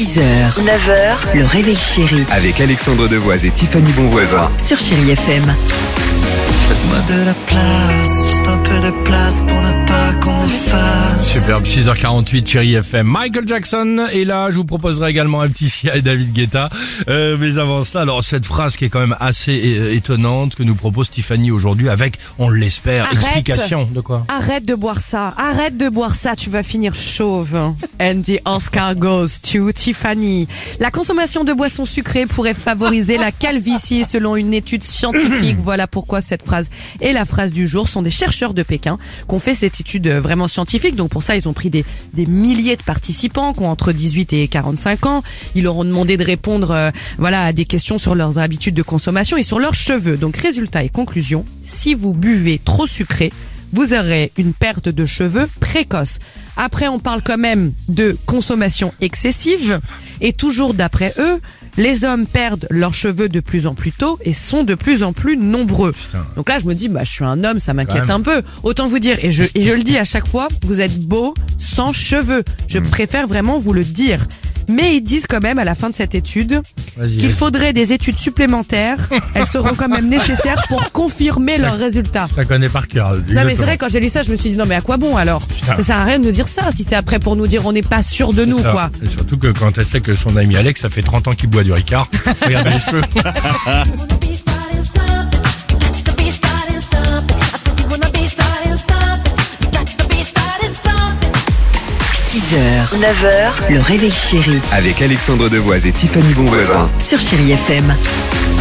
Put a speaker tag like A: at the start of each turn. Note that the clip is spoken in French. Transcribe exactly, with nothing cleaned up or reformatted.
A: six heures, neuf heures, le réveil chéri
B: Avec Alexandre Devoise et Tiffany Bonvoisin.
A: sur Chéri F M.
C: Faites-moi de la place, juste un peu de place pour ne pas qu'on m'efface.
D: Superbe, six heures quarante-huit, Chéri F M. Michael Jackson est là, je vous proposerai également un petit Sia et David Guetta. Euh, mais avant cela, alors cette phrase qui est quand même assez é- étonnante que nous propose Tiffany aujourd'hui avec, on l'espère,
E: Arrête.
D: explication de quoi?
E: Arrête de boire ça, arrête de boire ça, tu vas finir chauve. And the Oscar goes to Tiffany. La consommation de boissons sucrées pourrait favoriser la calvitie selon une étude scientifique. Voilà pourquoi cette phrase est la phrase du jour. Ce sont des chercheurs de Pékin qui ont fait cette étude vraiment scientifique. Donc pour ça, ils ont pris des, des milliers de participants qui ont entre dix-huit et quarante-cinq ans. Ils leur ont demandé de répondre euh, voilà, à des questions sur leurs habitudes de consommation et sur leurs cheveux. Donc résultat et conclusion, si vous buvez trop sucré, vous aurez une perte de cheveux précoce. Après, on parle quand même de consommation excessive. Et toujours d'après eux, les hommes perdent leurs cheveux de plus en plus tôt et sont de plus en plus nombreux.
D: Putain.
E: Donc là, je me dis, bah, je suis un homme, ça m'inquiète
D: Quand même.
E: un peu. Autant vous dire, et je, et je le dis à chaque fois, vous êtes beau sans cheveux. Je préfère vraiment vous le dire. Mais ils disent quand même à la fin de cette étude
D: Vas-y,
E: qu'il
D: vas-y.
E: faudrait des études supplémentaires. Elles seront quand même nécessaires pour confirmer leurs résultats.
D: Je la connais par cœur.
E: Non mais c'est vrai, quand j'ai lu ça, je me suis dit non mais à quoi bon alors?
D: Putain.
E: Ça sert à rien de nous dire ça si c'est après pour nous dire on n'est pas sûr de nous
D: Ça.
E: quoi.
D: Et surtout que quand elle sait que son ami Alex, ça fait trente ans qu'il boit du Ricard. Regarde les cheveux.
F: Wanna be starting something. Got to be starting something. I said you wanna be starting something. Got to be starting something.
A: six heures, neuf heures, le réveil chéri
B: Avec Alexandre Devoise et Tiffany Bonvoisin.
A: sur Chéri F M.